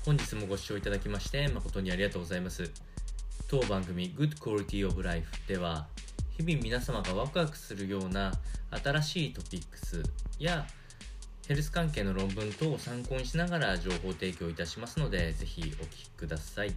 本日もご視聴いただきまして誠にありがとうございます。当番組 Good Quality of Life では、日々皆様がワクワクするような新しいトピックスやヘルス関係の論文等を参考にしながら情報提供いたしますので、ぜひお聞きください。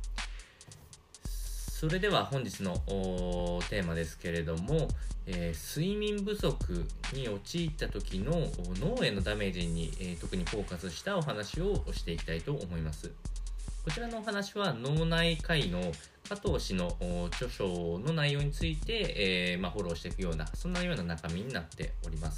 それでは本日のテーマですけれども、睡眠不足に陥った時の脳へのダメージに、特にフォーカスしたお話をしていきたいと思います。こちらのお話は脳内科医の加藤氏の著書の内容について、フォローしていくような、そんなような中身になっております。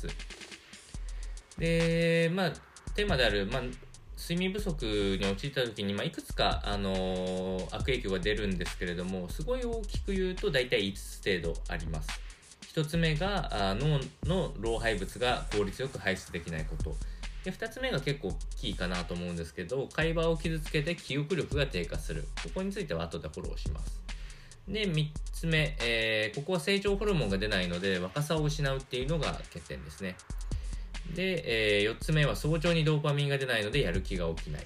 で、テーマである、睡眠不足に陥った時に、いくつか、悪影響が出るんですけれども、すごい大きく言うと大体5つ程度あります。1つ目が脳の老廃物が効率よく排出できないこと。で、2つ目が結構キーかなと思うんですけど、会話を傷つけて記憶力が低下する。ここについては後でフォローします。で、3つ目、ここは成長ホルモンが出ないので若さを失うっていうのが欠点ですね。で、4つ目は早朝にドーパミンが出ないのでやる気が起きない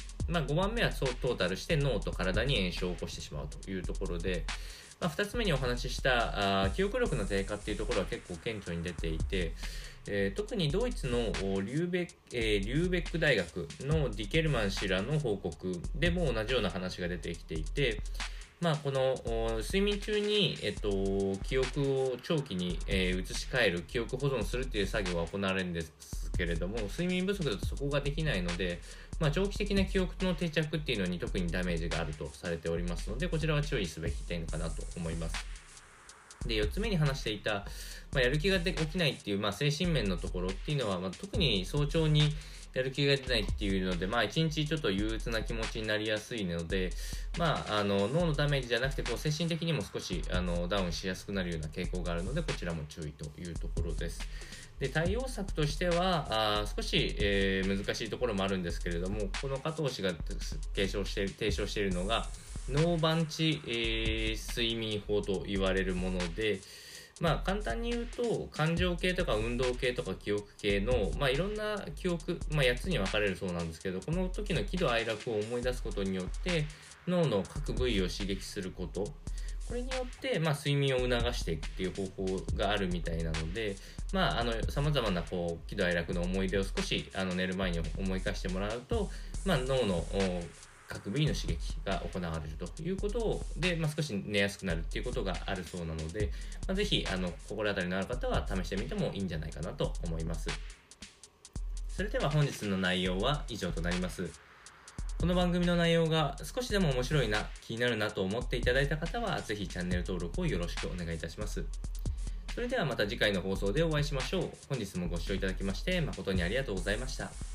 。5番目はトータルして脳と体に炎症を起こしてしまうというところで、2つ目にお話しした記憶力の低下っていうところは結構顕著に出ていて、特にドイツのリューベック大学のディケルマン氏らの報告でも同じような話が出てきていて、この睡眠中に、記憶を長期に、移し替える、記憶保存するっていう作業が行われるんですけれども、睡眠不足だとそこができないので、長期的な記憶の定着っていうのに特にダメージがあるとされておりますので、こちらは注意すべき点かなと思います。で、4つ目に話していた、やる気が起きないっていう、精神面のところっていうのは、特に早朝にやる気が出ないっていうので、一日ちょっと憂鬱な気持ちになりやすいので、脳のダメージじゃなくて、精神的にも少しダウンしやすくなるような傾向があるので、こちらも注意というところです。で、対応策としては、少し、難しいところもあるんですけれども、この加藤氏が提唱しているのが、脳番地、睡眠法と言われるもので、簡単に言うと感情系とか運動系とか記憶系の、いろんな記憶、8つに分かれるそうなんですけど、この時の喜怒哀楽を思い出すことによって脳の各部位を刺激すること、これによって、睡眠を促していくっていう方法があるみたいなので、様々な喜怒哀楽の思い出を少し寝る前に思い返してもらうと、脳の各部位の刺激が行われるということで、少し寝やすくなるっていうことがあるそうなので、ぜひ心当たりのある方は試してみてもいいんじゃないかなと思います。それでは本日の内容は以上となります。この番組の内容が少しでも面白いな、気になるなと思っていただいた方は、ぜひチャンネル登録をよろしくお願いいたします。それではまた次回の放送でお会いしましょう。本日もご視聴いただきまして誠にありがとうございました。